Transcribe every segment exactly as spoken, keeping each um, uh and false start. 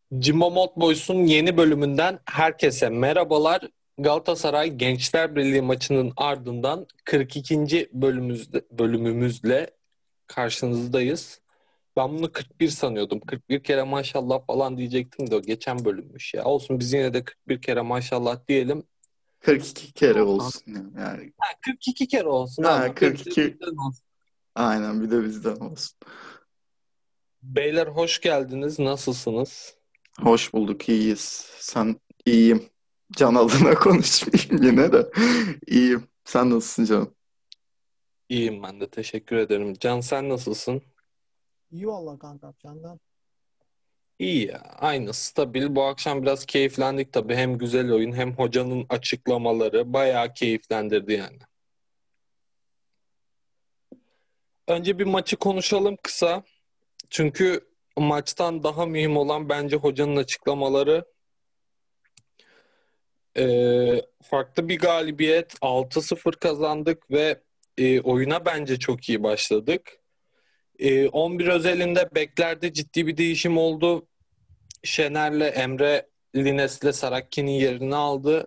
Jimbo Malt Boys'un yeni bölümünden herkese merhabalar. Galatasaray Gençler Birliği maçının ardından kırk ikinci bölümümüzde, bölümümüzle karşınızdayız. Ben bunu kırk bir sanıyordum. kırk bir kere maşallah falan diyecektim de o geçen bölümmüş ya. Olsun biz yine de kırk bir kere maşallah diyelim. kırk iki kere olsun yani. Yani Ha, kırk iki kere olsun ha, abi. Bir de kırk iki bizden olsun. aynen bir de bizden olsun. Beyler hoş geldiniz. Nasılsınız? Hoş bulduk, iyiyiz. Sen iyiyim. Can adına konuşmayayım yine de. İyiyim. Sen nasılsın canım? İyiyim ben de teşekkür ederim. Can sen nasılsın? İyi vallahi kanka senden. İyi ya. Aynı stabil. Bu akşam biraz keyiflendik tabii. Hem güzel oyun hem hocanın açıklamaları bayağı keyiflendirdi yani. Önce bir maçı konuşalım kısa. Çünkü maçtan daha mühim olan bence hocanın açıklamaları. Ee, farklı bir galibiyet. altı sıfır kazandık ve e, oyuna bence çok iyi başladık. E, on bir özelinde beklerde ciddi bir değişim oldu. Şener'le Emre Lines'le Sarakki'nin yerini aldı.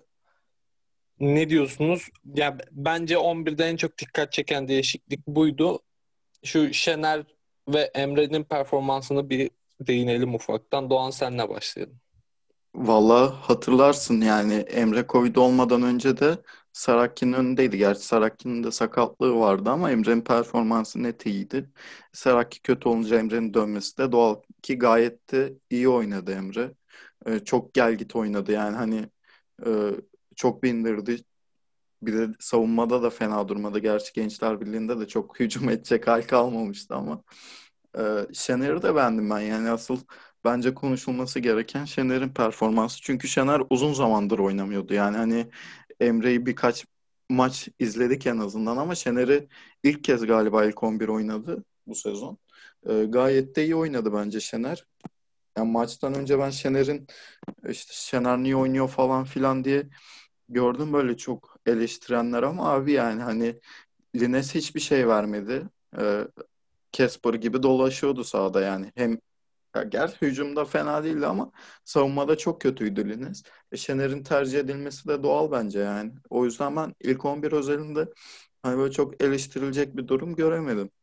Ne diyorsunuz? Ya bence on birde en çok dikkat çeken değişiklik buydu. Şu Şener ve Emre'nin performansını bir değinelim ufaktan. Doğan senle başlayalım. Vallahi hatırlarsın yani Emre Covid olmadan önce de Sarakki'nin önündeydi. Gerçi Sarakki'nin de sakatlığı vardı ama Emre'nin performansı net iyiydi. Sarakki kötü olunca Emre'nin dönmesi de doğal ki gayet de iyi oynadı Emre. Ee, çok gel git oynadı yani hani e, çok bindirdi. Bir de savunmada da fena durmadı. Gerçi Gençler Birliği'nde de çok hücum edecek hal kalmamıştı ama. Ee, Şener'i de beğendim ben. Yani asıl bence konuşulması gereken Şener'in performansı. Çünkü Şener uzun zamandır oynamıyordu. Yani hani Emre'yi birkaç maç izledik en azından ama Şener'i ilk kez galiba ilk on bir oynadı bu sezon. Ee, gayet de iyi oynadı bence Şener. Yani maçtan önce ben Şener'in işte Şener niye oynuyor falan filan diye gördüm böyle çok eleştirenler ama abi yani hani Lines hiçbir şey vermedi. Ee, Casper gibi dolaşıyordu sahada yani. Hem ya gel hücumda fena değildi ama savunmada çok kötüydü Lines. E, Şener'in tercih edilmesi de doğal bence yani. O yüzden ben ilk on bir özelinde hani böyle çok eleştirilecek bir durum göremedim.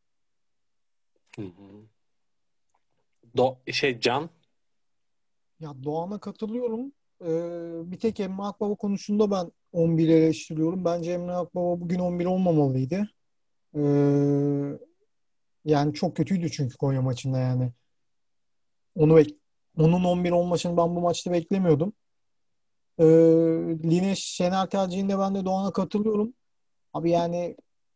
Hı hı. Do şey Can. Ya Doğan'a katılıyorum. Ee, bir tek Emre Akbaba konusunda ben on bir eleştiriyorum. Bence Emre Akbaba bugün on bir olmamalıydı. Ee, Yani çok kötüydü çünkü Konya maçında yani. Onu bek Onun on bir olmasını ben bu maçta beklemiyordum. Ee, Lineş Şener tercihinde ben de Doğan'a katılıyorum. Abi yani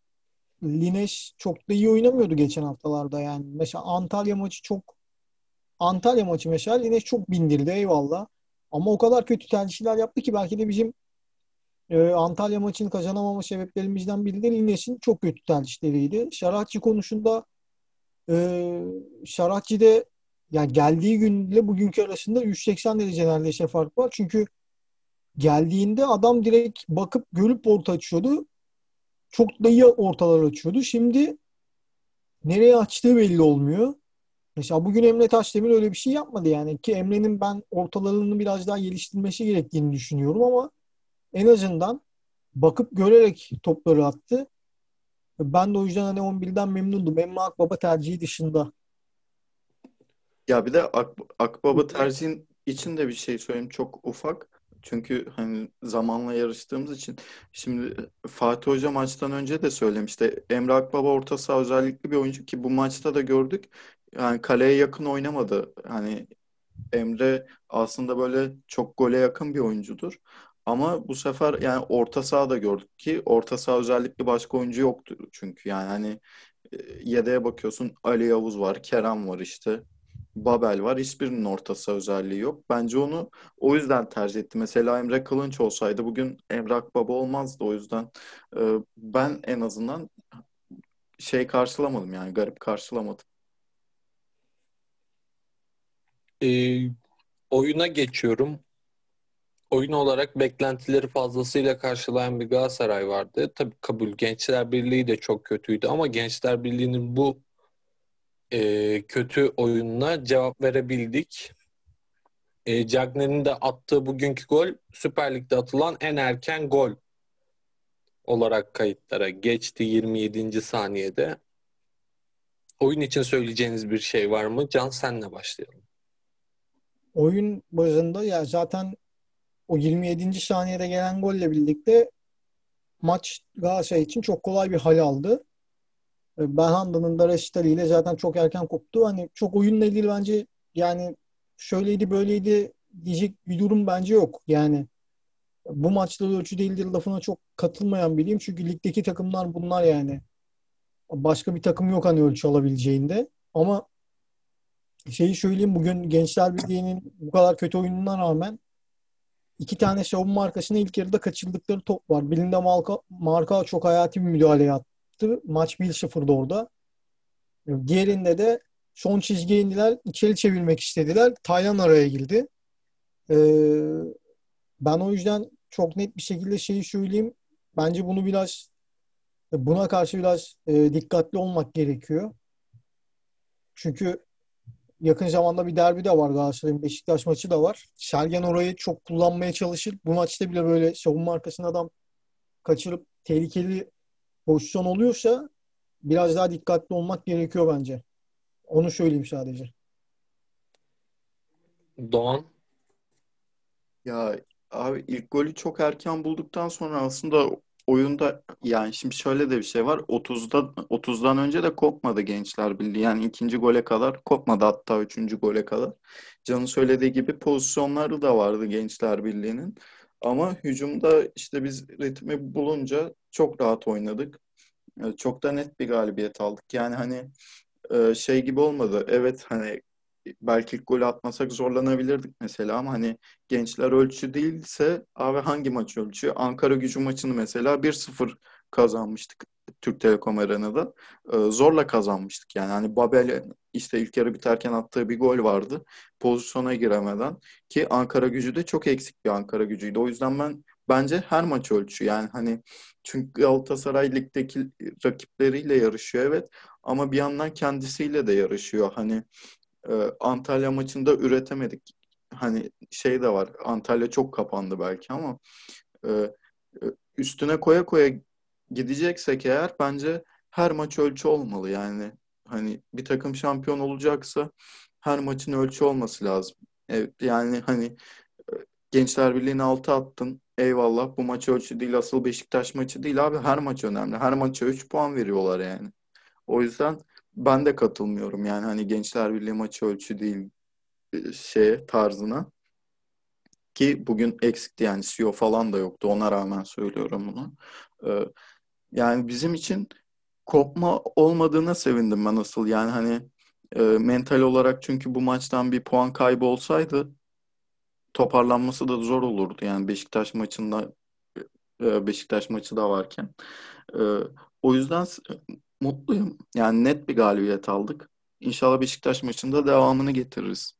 Lineş çok da iyi oynamıyordu geçen haftalarda yani. Mesela Antalya maçı çok Antalya maçı mesela yine çok bindirdi eyvallah. Ama o kadar kötü tercihler yaptı ki belki de bizim e, Antalya maçını kazanamama sebeplerimizden biri de Lines'in çok kötü tercihleriydi. Şaratçı konusunda e, Şaratçı'da yani geldiği günle bugünkü arasında yüz seksen derece neredeyse fark var. Çünkü geldiğinde adam direkt bakıp görüp orta açıyordu. Çok da iyi ortalar açıyordu. Şimdi nereye açtığı belli olmuyor. Mesela bugün Emre Taşdemir öyle bir şey yapmadı yani ki Emre'nin ben ortalarını biraz daha geliştirmesi gerektiğini düşünüyorum ama en azından bakıp görerek topları attı. Ben de o yüzden hani on birden memnundum. Emre Akbaba tercihi dışında. Ya bir de Ak Akbaba tercihin için de bir şey söyleyeyim çok ufak. Çünkü hani zamanla yarıştığımız için şimdi Fatih Hoca maçtan önce de söylemişti. Emre Akbaba orta saha özellikli bir oyuncu ki bu maçta da gördük. Yani kaleye yakın oynamadı. Hani Emre aslında böyle çok gole yakın bir oyuncudur. Ama bu sefer yani orta sahada gördük ki orta saha özellikle başka oyuncu yoktu çünkü yani hani e, yedeğe bakıyorsun Ali Yavuz var, Kerem var işte. Babel var. Hiçbirinin orta saha özelliği yok. Bence onu o yüzden tercih etti. Mesela Emre Kılınç olsaydı bugün Emre Akbaba olmazdı. O yüzden e, ben en azından şey karşılamadım yani garip karşılamadım. E, oyuna geçiyorum. Oyun olarak beklentileri fazlasıyla karşılayan bir Galatasaray vardı. Tabii kabul. Gençler Birliği de çok kötüydü ama Gençler Birliği'nin bu e, kötü oyununa cevap verebildik. E, Cagney'in de attığı bugünkü gol Süper Lig'de atılan en erken gol olarak kayıtlara geçti yirmi yedinci saniyede. Oyun için söyleyeceğiniz bir şey var mı? Can, senle başlayalım. Oyun bazında ya zaten o yirmi yedinci saniyede gelen golle birlikte maç Galatasaray için çok kolay bir hal aldı. Belhanda'nın da ile zaten çok erken koptu. Hani çok oyunla ilgili bence yani şöyleydi böyleydi diyecek bir durum bence yok. Yani bu maçta da ölçü değildir lafına çok katılmayan biriyim. Çünkü ligdeki takımlar bunlar yani. Başka bir takım yok hani ölçü alabileceğinde. Ama şeyi söyleyeyim, bugün Gençler Birliği'nin bu kadar kötü oyununa rağmen iki tane savunma arkasına ilk yarıda kaçırdıkları top var. Birinde Marka, Marka çok hayati bir müdahale yaptı. Maç bir sıfırdı orada. Diğerinde de son çizgiye indiler. İçeri çevirmek istediler. Taylan araya girdi. Ee, Ben o yüzden çok net bir şekilde şeyi söyleyeyim. Bence bunu biraz buna karşı biraz e, dikkatli olmak gerekiyor. Çünkü yakın zamanda bir derbi de var, Galatasaray'ın Beşiktaş maçı da var. Sergen orayı çok kullanmaya çalışır. Bu maçta bile böyle savunma arkasına adam kaçırıp tehlikeli pozisyon oluyorsa biraz daha dikkatli olmak gerekiyor bence. Onu söyleyeyim sadece. Doğan. Ya abi ilk golü çok erken bulduktan sonra aslında oyunda yani şimdi şöyle de bir şey var. otuzda otuzdan önce de kopmadı Gençler Birliği. Yani ikinci gole kadar kopmadı, hatta üçüncü gole kadar. Can'ın söylediği gibi pozisyonları da vardı Gençler Birliği'nin. Ama hücumda işte biz ritmi bulunca çok rahat oynadık. E, Çok da net bir galibiyet aldık. Yani hani e, şey gibi olmadı. Evet hani belki ilk golü atmasak zorlanabilirdik mesela, ama hani gençler ölçü değilse abi hangi maç ölçü? Ankara Gücü maçını mesela bir sıfır kazanmıştık Türk Telekom Arena'da. E, zorla kazanmıştık yani. Hani Babel işte ilk yarı biterken attığı bir gol vardı. Pozisyona giremeden, ki Ankara Gücü de çok eksik bir Ankara Gücüydü. O yüzden ben bence her maç ölçü. Yani hani çünkü Galatasaray ligdeki rakipleriyle yarışıyor, evet, ama bir yandan kendisiyle de yarışıyor. Hani e, Antalya maçında üretemedik. Hani şey de var. Antalya çok kapandı belki, ama e, e, üstüne koya koya gideceksek eğer bence her maç ölçü olmalı. Yani hani bir takım şampiyon olacaksa her maçın ölçü olması lazım. Evet, yani hani e, Gençler Birliği'ne altı attın. Eyvallah, bu maç ölçü değil. Asıl Beşiktaş maçı değil abi. Her maç önemli. Her maça üç puan veriyorlar yani. O yüzden ben de katılmıyorum yani hani Gençler Birliği maçı ölçü değil e, şeye tarzına, ki bugün eksikti yani C E O falan da yoktu, ona rağmen söylüyorum bunu. Ee, Yani bizim için kopma olmadığına sevindim ben asıl, yani hani e, mental olarak, çünkü bu maçtan bir puan kaybı olsaydı toparlanması da zor olurdu yani Beşiktaş maçında, e, Beşiktaş maçı da varken. E, O yüzden s- mutluyum. Yani net bir galibiyet aldık. İnşallah Beşiktaş maçında devamını getiririz.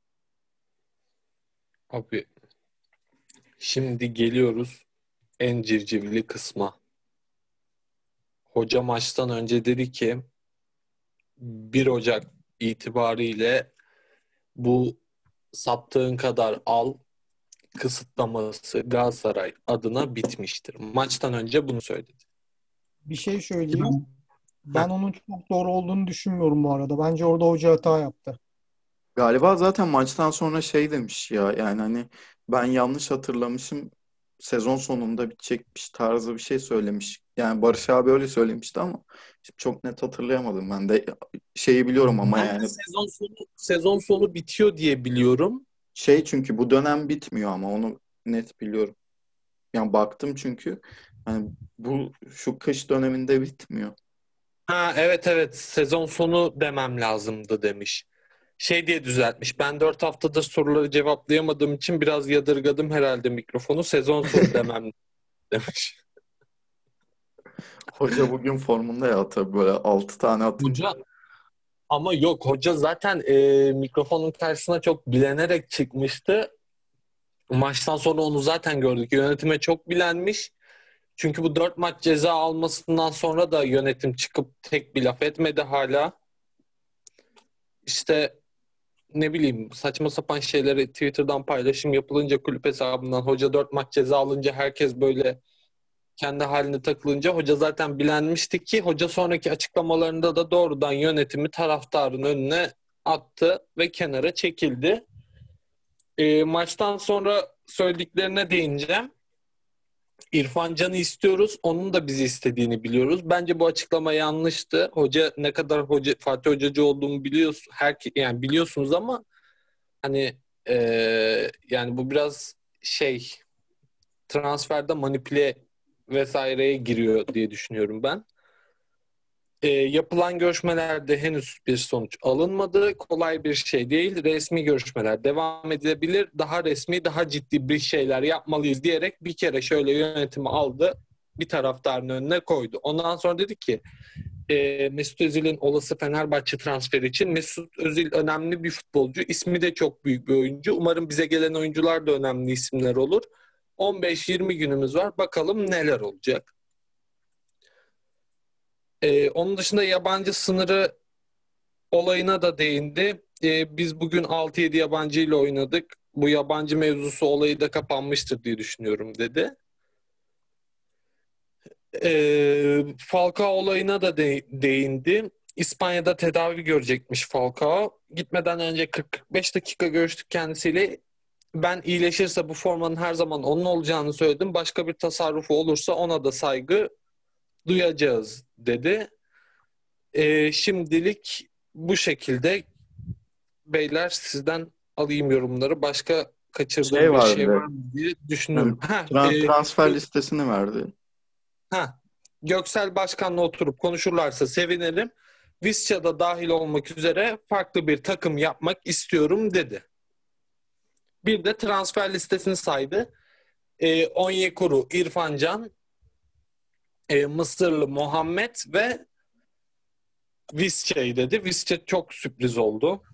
Abi, şimdi geliyoruz en civcivli kısma. Hoca maçtan önce dedi ki bir Ocak itibariyle bu sattığın kadar al kısıtlaması Galatasaray adına bitmiştir. Maçtan önce bunu söyledi. Bir şey söyleyeyim. Heh. Ben onun çok doğru olduğunu düşünmüyorum bu arada. Bence orada hoca hata yaptı. Galiba zaten maçtan sonra şey demiş ya, yani hani ben yanlış hatırlamışım, sezon sonunda bitecekmiş tarzı bir şey söylemiş. Yani Barış abi öyle söylemişti ama şimdi çok net hatırlayamadım ben de, şeyi biliyorum ama Ben de yani sezon sonu sezon sonu bitiyor diye biliyorum. şey, çünkü bu dönem bitmiyor, ama onu net biliyorum. Yani baktım çünkü hani bu şu kış döneminde bitmiyor. Ha, evet evet, sezon sonu demem lazımdı demiş. Şey diye düzeltmiş. Ben dört haftada soruları cevaplayamadığım için biraz yadırgadım herhalde mikrofonu. Sezon sonu demem demiş. Hoca bugün formunda ya, tabii böyle altı tane atınca. Hoca ama yok, hoca zaten e, mikrofonun karşısına çok bilenerek çıkmıştı. Maçtan sonra onu zaten gördük. Yönetime çok bilenmiş. Çünkü bu dört maç ceza almasından sonra da yönetim çıkıp tek bir laf etmedi hala. İşte ne bileyim saçma sapan şeyleri Twitter'dan paylaşım yapılınca kulüp hesabından hoca dört maç ceza alınca herkes böyle kendi haline takılınca hoca zaten bilenmişti ki hoca sonraki açıklamalarında da doğrudan yönetimi taraftarın önüne attı ve kenara çekildi. E, maçtan sonra söylediklerine değineceğim. İrfan Can'ı istiyoruz. Onun da bizi istediğini biliyoruz. Bence bu açıklama yanlıştı. Hoca ne kadar hoca Fatih Hocacı olduğumu biliyorsun. Her yani biliyorsunuz ama hani e, yani bu biraz şey transferde manipüle vesaireye giriyor diye düşünüyorum ben. E, yapılan görüşmelerde henüz bir sonuç alınmadı. Kolay bir şey değil. Resmi görüşmeler devam edilebilir. Daha resmi, daha ciddi bir şeyler yapmalıyız diyerek bir kere şöyle yönetimi aldı. Bir taraftarın önüne koydu. Ondan sonra dedi ki e, Mesut Özil'in olası Fenerbahçe transferi için Mesut Özil önemli bir futbolcu. İsmi de çok büyük bir oyuncu. Umarım bize gelen oyuncular da önemli isimler olur. on beş yirmi günümüz var. Bakalım neler olacak. Ee, onun dışında yabancı sınırı olayına da değindi. Ee, biz bugün altı yedi yabancı ile oynadık. Bu yabancı mevzusu olayı da kapanmıştır diye düşünüyorum dedi. Ee, Falcao olayına da de- değindi. İspanya'da tedavi görecekmiş Falcao. Gitmeden önce kırk kırk beş dakika görüştük kendisiyle. Ben iyileşirse bu formanın her zaman onun olacağını söyledim. Başka bir tasarrufu olursa ona da saygı duyacağız dedi. Ee, şimdilik bu şekilde. Beyler sizden alayım yorumları. Başka Şey kaçırdığım bir şey var vardı. mı diye Yani düşünüyorum. Ha, e, tran- transfer Gö- listesini verdi. ha, Göksel Başkan'la oturup konuşurlarsa sevinirim. Visca'da dahil olmak üzere farklı bir takım yapmak istiyorum dedi. Bir de transfer listesini saydı. E, Onyekuru, İrfan Can, e, Mısırlı Muhammed ve Visca'yı dedi. Visca çok sürpriz oldu.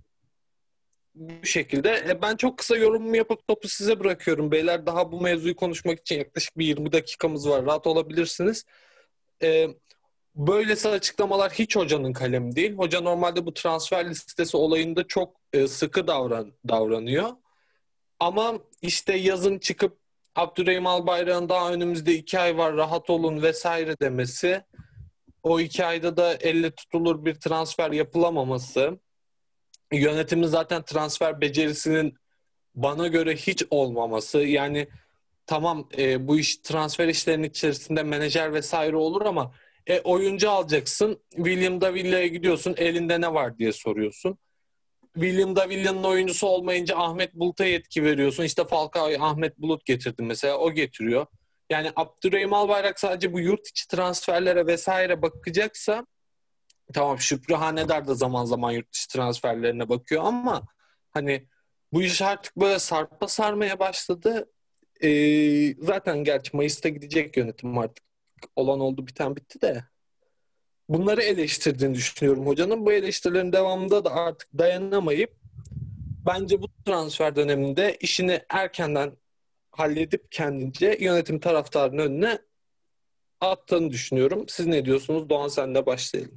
Bu şekilde. E, ben çok kısa yorumumu yapıp topu size bırakıyorum beyler. Daha bu mevzuyu konuşmak için yaklaşık bir yirmi dakikamız var. Rahat olabilirsiniz. E, Böylesi açıklamalar hiç hocanın kalemi değil. Hoca normalde bu transfer listesi olayında çok e, sıkı davran davranıyor. Ama işte yazın çıkıp Abdurrahim Albayrak'ın daha önümüzde iki ay var rahat olun vesaire demesi, o iki ayda da elle tutulur bir transfer yapılamaması, yönetimin zaten transfer becerisinin bana göre hiç olmaması. Yani tamam e, bu iş transfer işlerinin içerisinde menajer vesaire olur ama e, oyuncu alacaksın. William Davilla'ya gidiyorsun. Elinde ne var diye soruyorsun. William Davilla'nın oyuncusu olmayınca Ahmet Bulut'a yetki veriyorsun. İşte Falcao'yu Ahmet Bulut getirdi mesela. O getiriyor. Yani Abdurrahim Albayrak sadece bu yurt içi transferlere vesaire bakacaksa tamam, Şükrü Hanedar da zaman zaman yurt dışı transferlerine bakıyor ama hani bu iş artık böyle sarpa sarmaya başladı. Ee, zaten gerçi Mayıs'ta gidecek yönetim artık. Olan oldu biten bitti de. Bunları eleştirdiğini düşünüyorum hocanın. Bu eleştirilerin devamında da artık dayanamayıp bence bu transfer döneminde işini erkenden halledip kendince yönetim taraftarının önüne attığını düşünüyorum. Siz ne diyorsunuz? Doğan, senle başlayalım.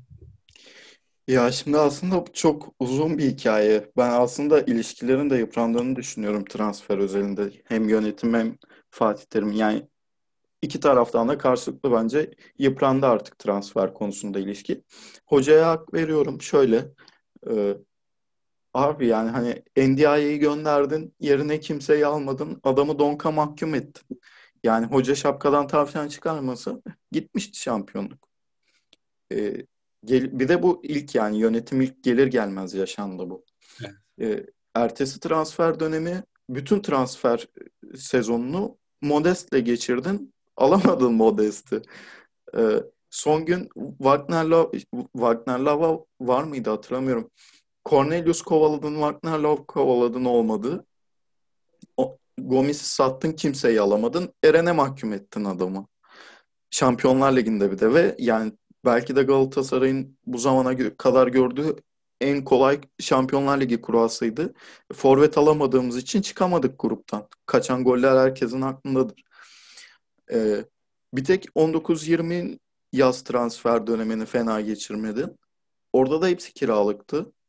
Ya şimdi aslında bu çok uzun bir hikaye. Ben aslında ilişkilerin de yıprandığını düşünüyorum transfer özelinde. Hem yönetim hem Fatih Terim. Yani iki taraftan da karşılıklı bence yıprandı artık transfer konusunda ilişki. Hocaya hak veriyorum. Şöyle, e, abi yani hani N D I'yi gönderdin, yerine kimseyi almadın, adamı donka mahkum ettin. Yani hoca şapkadan tavşan çıkarması gitmişti şampiyonluk. E, gel- bir de bu ilk yani yönetim ilk gelir gelmez yaşandı bu. Evet. E, ertesi transfer dönemi bütün transfer sezonunu Modest'le geçirdin. Alamadın Modest'i. E, son gün Wagner'la Wagner'la var mıydı hatırlamıyorum. Cornelius kovaladın, Wagner'la kovaladın olmadı. O, Gomis'i sattın, kimseyi alamadın. Eren'e mahkum ettin adamı. Şampiyonlar Ligi'nde bir de ve yani belki de Galatasaray'ın bu zamana gö- kadar gördüğü en kolay Şampiyonlar Ligi kurasıydı. Forvet alamadığımız için çıkamadık gruptan. Kaçan goller herkesin aklındadır. Ee, bir tek on dokuz yirmi yaz transfer dönemini fena geçirmedin. Orada da hepsi kiralıktı.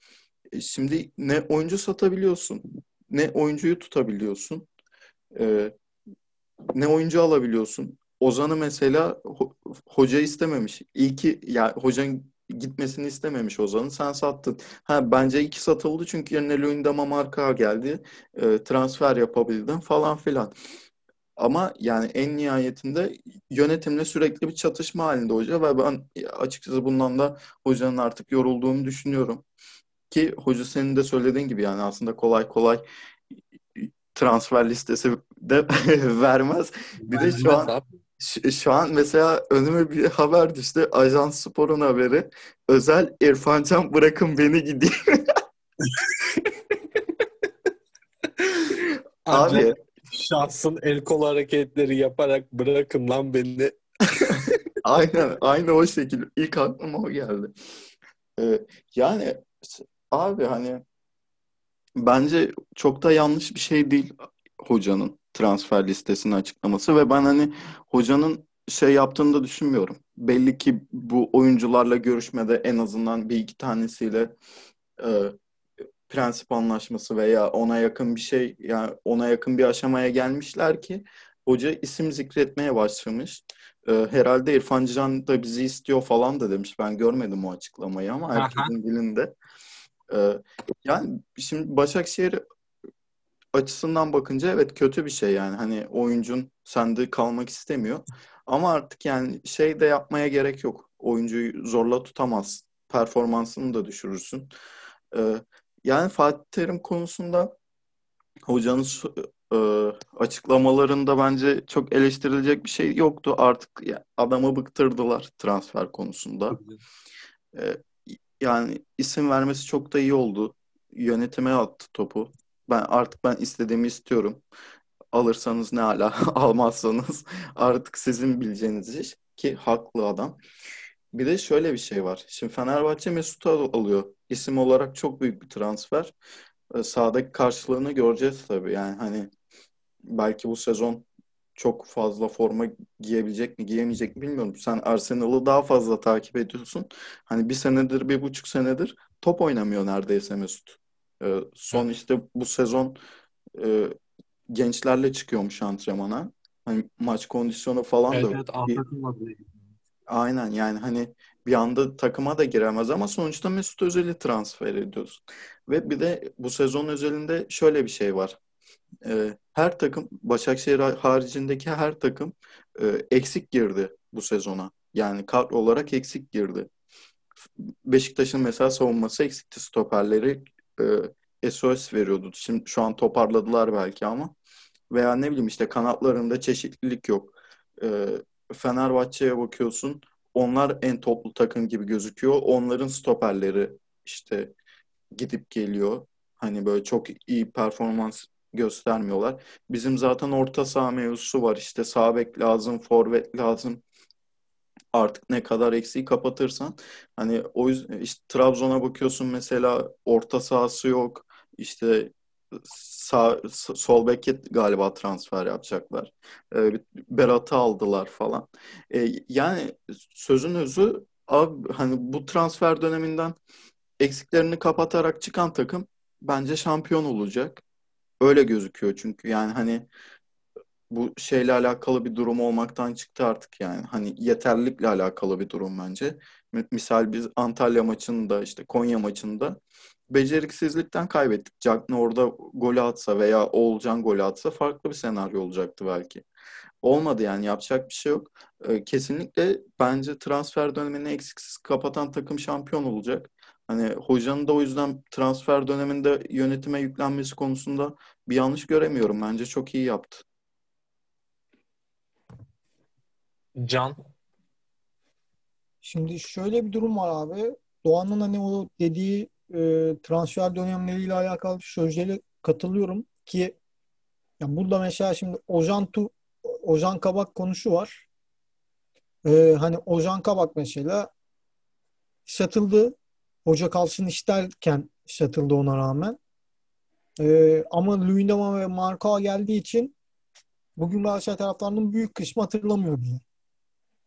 E, Şimdi ne oyuncu satabiliyorsun, ne oyuncuyu tutabiliyorsun, e, ne oyuncu alabiliyorsun. Ozan'ı mesela ho- hoca istememiş. İyi ki ya hocanın gitmesini istememiş Ozan'ın. Sen sattın. Ha bence iki satıldı çünkü yerine Luyendama marka geldi. E, transfer yapabildin falan filan. Ama yani en nihayetinde yönetimle sürekli bir çatışma halinde hoca ve ben açıkçası bundan da hocanın artık yorulduğunu düşünüyorum. Ki hoca senin de söylediğin gibi yani aslında kolay kolay transfer listesi de vermez. Bir de şu Vermez an abi. şu, şu an mesela önüme bir haber düştü. Ajans Spor'un haberi. Özel İrfan Can bırakın beni gideyim. Ancak Abi şahsın el kol hareketleri yaparak bırakın lan beni. aynen aynı o şekilde. İlk aklıma o geldi. Ee, yani abi hani bence çok da yanlış bir şey değil hocanın transfer listesini açıklaması ve ben hani hocanın şey yaptığını da düşünmüyorum. Belli ki bu oyuncularla görüşmede en azından bir iki tanesiyle e, prensip anlaşması veya ona yakın bir şey yani ona yakın bir aşamaya gelmişler ki hoca isim zikretmeye başlamış. E, herhalde İrfan Can da bizi istiyor falan da demiş. Ben görmedim o açıklamayı ama Aha. herkesin dilinde. E, yani şimdi Başakşehir açısından bakınca evet kötü bir şey yani. Hani oyuncun sende kalmak istemiyor. Ama artık yani şey de yapmaya gerek yok. Oyuncuyu zorla tutamaz. Performansını da düşürürsün. Ee, yani Fatih Terim konusunda hocanın su- e, açıklamalarında bence çok eleştirilecek bir şey yoktu. Artık ya, adamı bıktırdılar transfer konusunda. Ee, yani isim vermesi çok da iyi oldu. Yönetime attı topu. Ben artık ben istediğimi istiyorum. Alırsanız ne ala, almazsanız artık sizin bileceğiniz iş ki haklı adam. Bir de şöyle bir şey var. Şimdi Fenerbahçe Mesut'u al- alıyor. İsim olarak çok büyük bir transfer. Ee, Sahadaki karşılığını göreceğiz tabii. Yani hani belki bu sezon çok fazla forma giyebilecek mi, giyemeyecek mi bilmiyorum. Sen Arsenal'ı daha fazla takip ediyorsun. Hani bir senedir, bir buçuk senedir top oynamıyor neredeyse Mesut. Ee, son işte bu sezon e, gençlerle çıkıyormuş antrenmana. Hani maç kondisyonu falan da Evet, evet, bir, anlatılmadı. aynen yani hani bir anda takıma da giremez ama sonuçta Mesut Özil'i transfer ediyorsun. Ve bir de bu sezon özelinde şöyle bir şey var. Ee, her takım Başakşehir haricindeki her takım e, eksik girdi bu sezona. Yani kadro olarak eksik girdi. Beşiktaş'ın mesela savunması eksikti, stoperleri e, S O S veriyordu. Şimdi şu an toparladılar belki ama veya ne bileyim işte kanatlarında çeşitlilik yok. Ee, Fenerbahçe'ye bakıyorsun. Onlar en toplu takım gibi gözüküyor. Onların stoperleri işte gidip geliyor. Hani böyle çok iyi performans göstermiyorlar. Bizim zaten orta saha mevzusu var. İşte sağ bek lazım, forvet lazım. Artık ne kadar eksiği kapatırsan. Hani o yüzden işte Trabzon'a bakıyorsun mesela orta sahası yok. İşte sağ, sol beke galiba transfer yapacaklar. Ee, Berat'ı aldılar falan. Ee, yani sözün özü abi hani bu transfer döneminden eksiklerini kapatarak çıkan takım bence şampiyon olacak. Öyle gözüküyor çünkü yani hani bu şeyle alakalı bir durum olmaktan çıktı artık yani. Hani yeterlilikle alakalı bir durum bence. M- Misal biz Antalya maçında işte Konya maçında beceriksizlikten kaybettik. Cagney orada golü atsa veya Oğulcan golü atsa farklı bir senaryo olacaktı belki. Olmadı yani yapacak bir şey yok. Ee, kesinlikle bence transfer dönemini eksiksiz kapatan takım şampiyon olacak. Hani hocanın da o yüzden transfer döneminde yönetime yüklenmesi konusunda bir yanlış göremiyorum. Bence çok iyi yaptı. Can. Şimdi şöyle bir durum var abi. Doğan'ın hani o dediği e, transfer dönemleriyle alakalı bir sözleri katılıyorum ki ya burada mesela şimdi Ozan Tu Ozan Kabak konusu var. E, hani Ozan Kabak mesela satıldı. Hoca kalsın isterken satıldı ona rağmen. E, ama Luyendama ve Marka geldiği için bugün Galatasaray taraftarının büyük kısmı hatırlamıyor bile.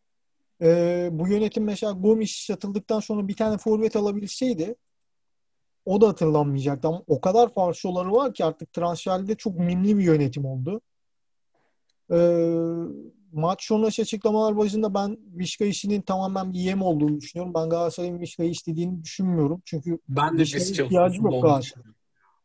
E, bu yönetim mesela Gomis satıldıktan sonra bir tane forvet alabilseydi o da hatırlanmayacaktı ama o kadar falsoları var ki artık transferde çok mimli bir yönetim oldu. Ee, Maç sonrası açıklamalar bazında ben Vişka işinin tamamen bir yem olduğunu düşünüyorum. Ben Galatasaray'ın Vişka'yı istediğini düşünmüyorum. Çünkü Ben de Vişka'ya Visca ihtiyacı hususunda yok onu Galatasaray. düşünüyorum.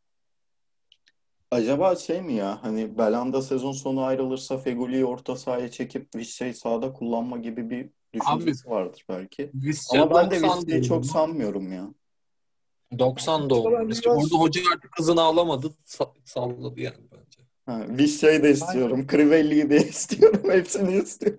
Acaba şey mi ya hani Belhanda sezon sonu ayrılırsa Fegüli'yi orta sahaya çekip Vişça'yı sağda kullanma gibi bir Abi düşüncesi vardır belki. Visca Ama ben de doksan Vişça'yı çok diyorum. sanmıyorum ya. doksan Vişka doğumlu bence Visca. Orada biraz hoca artık kızını alamadı. sa- salladı yani bence. Ha, Vişça'yı da ben, istiyorum. Crivelli'yi de istiyorum. Hepsini istiyorum.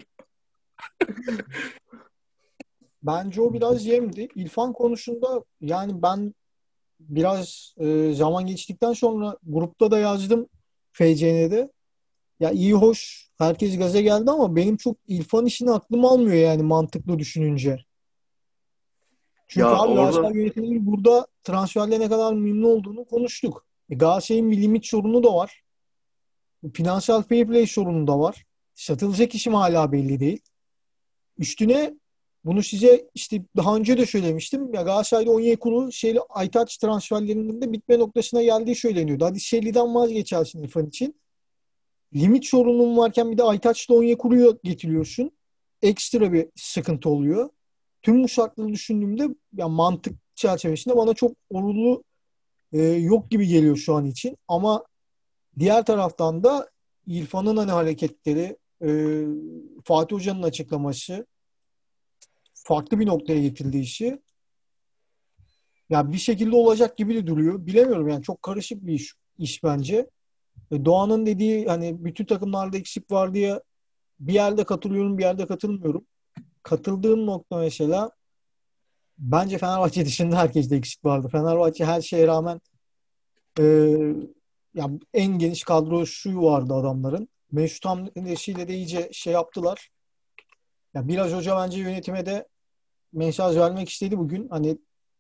bence o biraz yemdi. İrfan konusunda yani ben biraz e, zaman geçtikten sonra grupta da yazdım F C N'de. Ya iyi hoş herkes gaza geldi ama benim çok İrfan işini aklım almıyor yani mantıklı düşününce. Çünkü Ya abi orada Galatasaray yönetiminin burada transferle ne kadar memnun olduğunu konuştuk. E Galatasaray'ın bir limit sorunu da var. Finansal fair play sorunu da var. Satılacak işim hala belli değil. Üstüne bunu size işte daha önce de söylemiştim. Ya Galatasaray'da Onyekuru şeyle Aytaç transferlerinin de bitme noktasına geldiği söyleniyordu. Hadi Şelli'den vazgeçersin İrfan için. Limit sorunun varken bir de Aytaç'la Onyekuru'yu getiriyorsun. Ekstra bir sıkıntı oluyor. Tüm bu şartları düşündüğümde ya mantık çerçevesinde bana çok olumlu e, yok gibi geliyor şu an için. Ama diğer taraftan da İrfan'ın hani hareketleri, e, Fatih Hoca'nın açıklaması, farklı bir noktaya getirdiği işi ya bir şekilde olacak gibi de duruyor. Bilemiyorum yani çok karışık bir iş, iş bence. E, Doğan'ın dediği hani bütün takımlarda eksik var diye bir yerde katılıyorum, bir yerde katılmıyorum. Katıldığım nokta mesela bence Fenerbahçe dışında herkeste eksik vardı. Fenerbahçe her şeye rağmen e, ya en geniş kadrosu vardı adamların. Mesut hamlesiyle de iyice şey yaptılar. Ya biraz hoca bence yönetime de mesaj vermek istedi bugün. Hani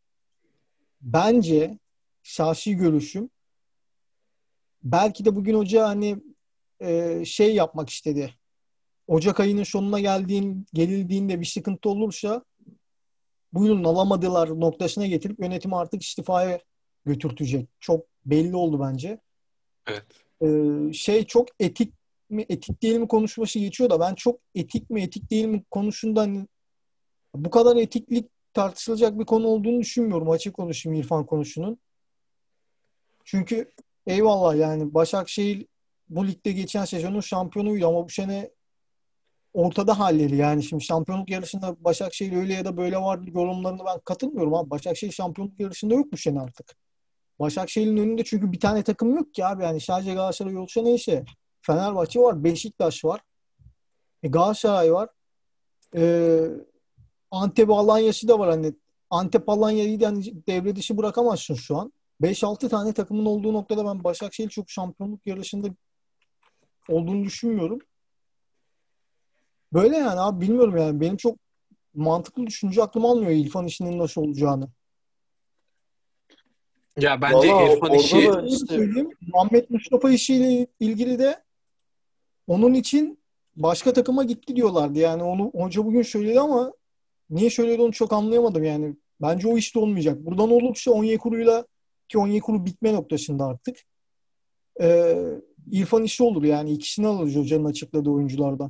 bence şahsi görüşüm belki de bugün hoca hani e, şey yapmak istedi. Ocak ayının sonuna geldiğin, gelildiğinde bir sıkıntı olursa buyurun alamadılar noktasına getirip yönetimi artık istifaya götürtecek. Çok belli oldu bence. Evet. Ee, şey çok etik mi etik değil mi konuşması geçiyor da ben çok etik mi etik değil mi konusunda hani bu kadar etiklik tartışılacak bir konu olduğunu düşünmüyorum. Açık konuşayım İrfan konusunun. Çünkü eyvallah yani Başakşehir bu ligde geçen sezonun şampiyonuydu ama bu sene ortada halleri yani şimdi şampiyonluk yarışında Başakşehir öyle ya da böyle var yorumlarına ben katılmıyorum ama Başakşehir şampiyonluk yarışında yok bu sene artık. Başakşehir'in önünde çünkü bir tane takım yok ki abi yani sadece Galatasaray olsa neyse Fenerbahçe var, Beşiktaş var, e, Galatasaray var, e, Antep Alanya'sı da var hani Antep Alanya'yı da hani devre dışı bırakamazsın şu an. Beş altı tane takımın olduğu noktada ben Başakşehir çok şampiyonluk yarışında olduğunu düşünmüyorum. Böyle yani abi bilmiyorum yani benim çok mantıklı düşünce aklım almıyor İrfan işinin nasıl olacağını. Ya bence valla İrfan orada Bir de işi da şöyle işte söyleyeyim. Muhammed Mustafa işiyle ilgili de onun için başka takıma gitti diyorlardı. Yani onu hoca bugün söyledi ama niye söyledi onu çok anlayamadım yani. Bence o işte olmayacak. Buradan olursa Onyekuru'yla ki Onyekuru bitme noktasında artık. Ee, İrfan işi olur yani. İkisini alır hocanın açıkladığı oyunculardan.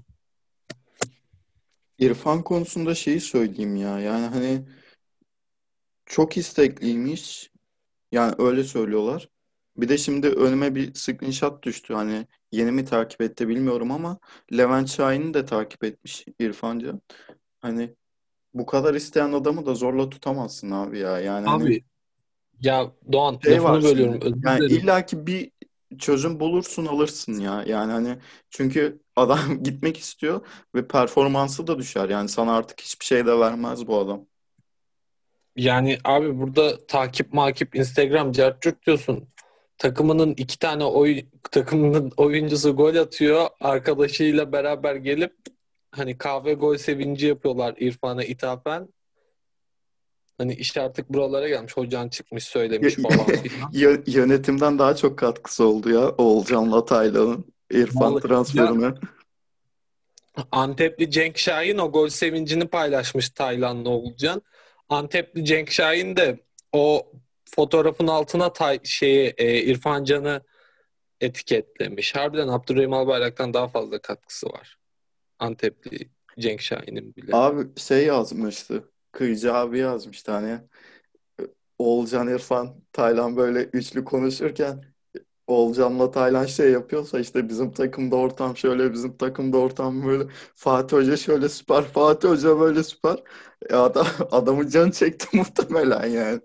İrfan konusunda şeyi söyleyeyim ya. Yani hani çok istekliymiş. Yani öyle söylüyorlar. Bir de şimdi önüme bir screenshot düştü. Hani yeni mi takip etti bilmiyorum ama Levent Şahin'i de takip etmiş İrfanca. Hani bu kadar isteyen adamı da zorla tutamazsın abi ya. Yani hani abi ya Doğan şey var lafını şimdi. bölüyorum özür Yani dilerim. illaki bir çözüm bulursun alırsın ya. Yani hani çünkü adam gitmek istiyor ve performansı da düşer. Yani sana artık hiçbir şey de vermez bu adam. Yani abi burada takip makip Instagram cart diyorsun. Takımının iki tane oy takımının oyuncusu gol atıyor. Arkadaşıyla beraber gelip hani kahve gol sevinci yapıyorlar İrfan'a ithafen. Hani iş artık buralara gelmiş. Hocan çıkmış Y- söylemiş falan filan. y- Yönetimden daha çok katkısı oldu ya Oğulcan'la Taylan'ın İrfan Vallahi ya transferine. Antepli Cenk Şahin o gol sevincini paylaşmış Taylan'la Oğulcan. Antepli Cenk Şahin de o fotoğrafın altına tay şeyi e, İrfan Can'ı etiketlemiş. Harbiden Abdurrahim Albayrak'tan daha fazla katkısı var. Antepli Cenk Şahin'in bile. Abi şey yazmıştı. Kıyıcı abi yazmıştı hani. Oğulcan İrfan Taylan böyle üçlü konuşurken Oğulcan'la Taylan şey yapıyorsa işte bizim takımda ortam şöyle, bizim takımda ortam böyle, Fatih Hoca şöyle süper, Fatih Hoca böyle süper. E adam, adamın canı çekti muhtemelen yani.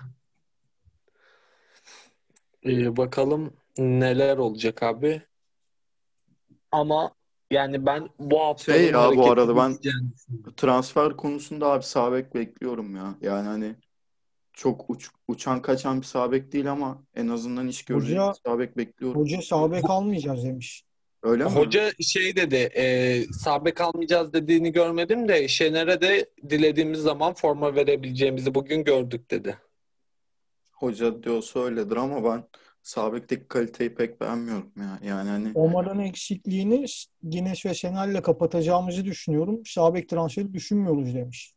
Ee, bakalım neler olacak abi. Ama yani ben bu Şey haftanın ya, bu hareketli arada ben geçeceğini düşünüyorum. transfer konusunda abi sağ bek bekliyorum ya. Yani hani çok uç, uçan kaçan bir sağ bek değil ama en azından iş görecek bir Hoca sağ bek bekliyorum. hoca sağ bek almayacağız demiş. Öyle mi? Hoca şey dedi, e, sağ bek almayacağız dediğini görmedim de Şener'e de dilediğimiz zaman forma verebileceğimizi bugün gördük dedi. Hoca diyorsa öyledir ama ben sağ bekteki kaliteyi pek beğenmiyorum ya. Yani hani Omar'ın eksikliğini Güneş ve Şener'le kapatacağımızı düşünüyorum. Sağ bek transferi düşünmüyoruz demiş.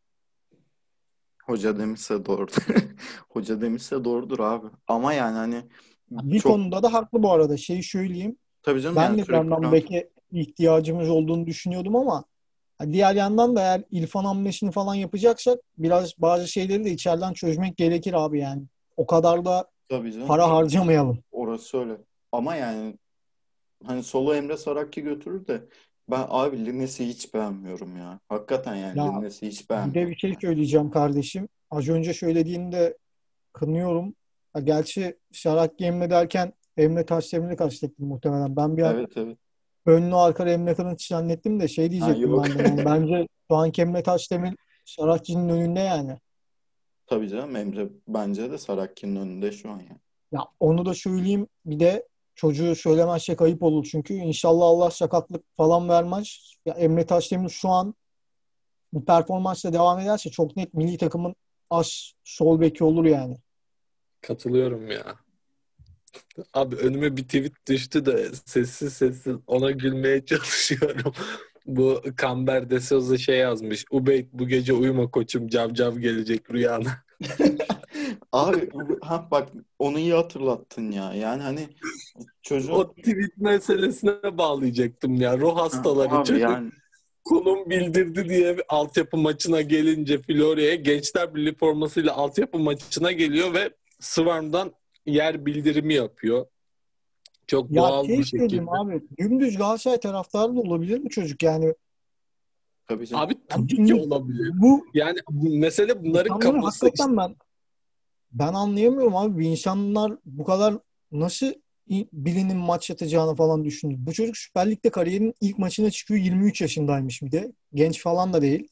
hoca demişse doğrudur. Hoca demişse doğrudur abi. Ama yani hani Bir çok, konuda da haklı bu arada. Şeyi söyleyeyim. tabii canım, Ben yani de bir sürekli yandan transfer. beke ihtiyacımız olduğunu düşünüyordum ama diğer yandan da eğer İrfan hamlesini falan yapacaksak biraz bazı şeyleri de içeriden çözmek gerekir abi yani. O kadar da Tabii canım. para harcamayalım. Orası öyle. Ama yani hani solo Emre Saracchi götürür de ben abi Lines'i hiç beğenmiyorum ya. Hakikaten yani Ya Lines'i hiç bir de beğenmiyorum bir şey yani. söyleyeceğim kardeşim. Az önce söylediğini de kınıyorum. Ha, gerçi Şarak Emre derken Emre Taşdemir'i kastettim muhtemelen. Ben bir an Evet, evet. önlü arka Emre Kılınç zannettim de şey Ha, diyecektim yok. ben de. Yani bence şu anki Emre Taşdemir Şarakçı'nın önünde yani. Tabii canım, Emre bence de Saracchi'nin önünde şu an yani. Ya onu da söyleyeyim. Bir de çocuğu söylemezsek ayıp olur çünkü. İnşallah Allah sakatlık falan vermez. Ya Emre Taşdemir şu an bu performansla devam ederse çok net milli takımın as sol beki olur yani. Katılıyorum ya. Abi önüme bir tweet düştü de sessiz sessiz ona gülmeye çalışıyorum. Bu Kamber de Souza şey yazmış. Ubeyt bu gece uyuma koçum, cavcav gelecek rüyana. Abi bu- ha bak, onu iyi hatırlattın ya. Yani hani çocuğun, O tweet meselesine bağlayacaktım ya. Ruh ha, hastaları abi çocuk yani konum bildirdi diye bir altyapı maçına gelince Florya'ya Gençler Birliği formasıyla altyapı maçına geliyor ve Swarm'dan yer bildirimi yapıyor. Çok Ya doğal şey bir söyleyeyim şekilde. abi. Dümdüz Galatasaray taraftarı da olabilir mi çocuk? Yani tabii canım. Abi ya tabii ki dümdüz olabilir. bu Yani bu mesele bunların insanları kafası işte. hakikaten ben ben anlayamıyorum abi. Bir insanlar bu kadar nasıl i- birinin maç yatacağını falan düşünüyor. Bu çocuk Süper Lig'de kariyerinin ilk maçına çıkıyor. yirmi üç yaşındaymış bir de. Genç falan da değil.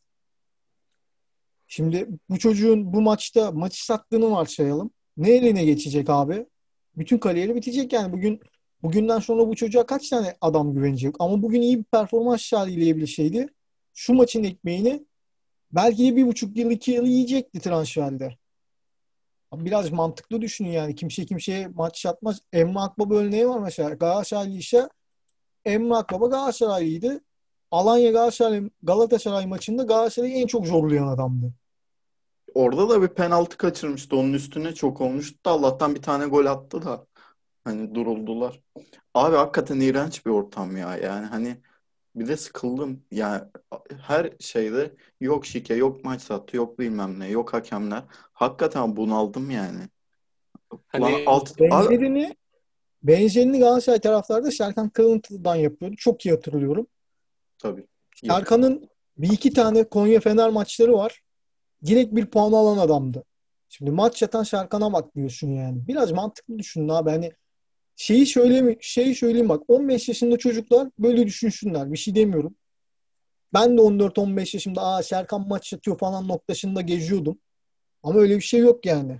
Şimdi bu çocuğun bu maçta maçı sattığını varsayalım. Ne eline geçecek abi? Bütün kariyeri bitecek yani. Bugün bugünden sonra bu çocuğa kaç tane adam güvenecek? Ama bugün iyi bir performans sergileyebilseydi şu maçın ekmeğini belki de bir buçuk yıl, iki yıl yiyecekti transferde. Biraz mantıklı düşünün yani. Kimse kimseye maç yapmaz. Emre Akbaba örneği var mesela. Galatasaraylı ise Emre Akbaba Galatasaraylıydı. Alanya Galatasaray Galatasaray maçında Galatasaray'ı en çok zorlayan adamdı. Orada da bir penaltı kaçırmıştı. Onun üstüne çok olmuştu da Allah'tan bir tane gol attı da hani duruldular. Abi hakikaten iğrenç bir ortam ya. Yani hani bir de sıkıldım. Yani her şeyde yok şike, yok maç sattı, yok bilmem ne, yok hakemler. Hakikaten bunaldım yani. Lan Hani alt abi, Benzerini benzerini Galatasaray taraftarı da Serkan Kılıntılı'dan yapıyordu. Çok iyi hatırlıyorum. tabii yapıyor. Serkan'ın bir iki tane Konya Fener maçları var. Direkt bir puan alan adamdı. Şimdi maç yatan Serkan'a bak diyorsun yani. Biraz mantıklı düşünün abi. Hani şeyi söyleyeyim, şeyi söyleyeyim bak. on beş yaşında çocuklar böyle düşünsünler. Bir şey demiyorum. Ben de on dört on beş yaşımda aa Serkan maç yatıyor falan noktasında geziyordum. Ama öyle bir şey yok yani.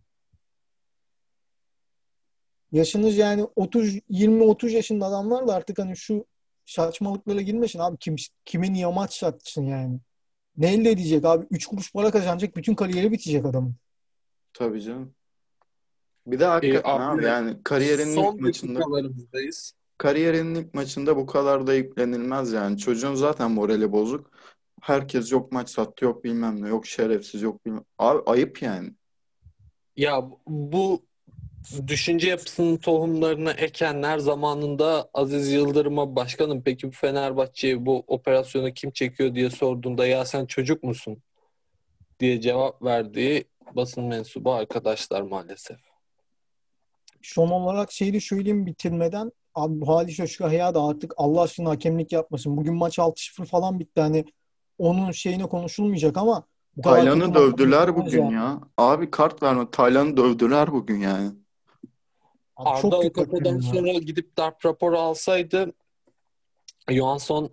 Yaşınız yani otuz yirmi otuz yaşında adamlar da artık hani şu saçmalıklara girmesin abi. Kim, kime niye maç satsın yani. Ne elde edecek abi? Üç kuruş para kazanacak. Bütün kariyeri bitecek adamın. Tabii canım. Bir de e, hakikaten abi abi yani kariyerinin ilk son maçında dakikalarımızdayız. kariyerinin ilk maçında bu kadar da yüklenilmez yani. Çocuğun zaten morali bozuk. Herkes yok maç sattı, yok bilmem ne, yok şerefsiz, yok bilmem. Abi ayıp yani. Ya bu düşünce yapısının tohumlarını ekenler zamanında Aziz Yıldırım'a başkanım peki bu Fenerbahçe'ye bu operasyonu kim çekiyor diye sorduğunda ya sen çocuk musun diye cevap verdiği basın mensubu arkadaşlar maalesef. Son olarak şeyi de söyleyeyim bitirmeden. Abi bu Hali Şoşkahya da artık Allah aşkına hakemlik yapmasın. Bugün maç altı sıfır falan bitti. Hani onun şeyine konuşulmayacak ama bu kadar kötü Taylan'ı maç dövdüler konuşulmaz bugün ya. ya. Abi kart verme. Taylan'ı dövdüler bugün yani. Abi Arda çok o kötü kafadan hakem ya. sonra gidip darp raporu alsaydı Johansson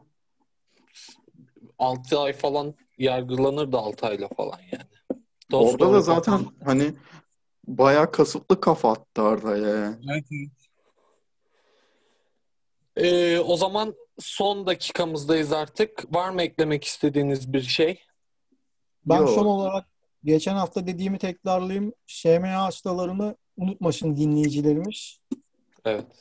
altı ay falan yargılanırdı altı ayla falan yani. Daha Orada da sonra zaten kapandı. hani bayağı kasıtlı kafa attı Arda'ya yani. Evet, evet. Ee, o zaman son dakikamızdayız artık. Var mı eklemek istediğiniz bir şey? Ben son Yo, olarak geçen hafta dediğimi tekrarlayayım. Ş M A hastalarını unutmasın dinleyicilerimiz. Evet.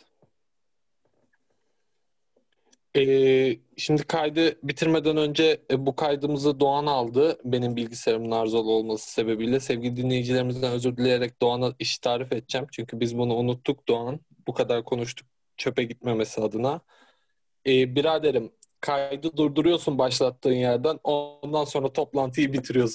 Ee, şimdi kaydı bitirmeden önce e, bu kaydımızı Doğan aldı. Benim bilgisayarımın arızalı olması sebebiyle. Sevgili dinleyicilerimizden özür dileyerek Doğan'a iş tarif edeceğim. Çünkü biz bunu unuttuk Doğan. Bu kadar konuştuk çöpe gitmemesi adına. Ee, biraderim kaydı durduruyorsun başlattığın yerden. Ondan sonra toplantıyı bitiriyorsun.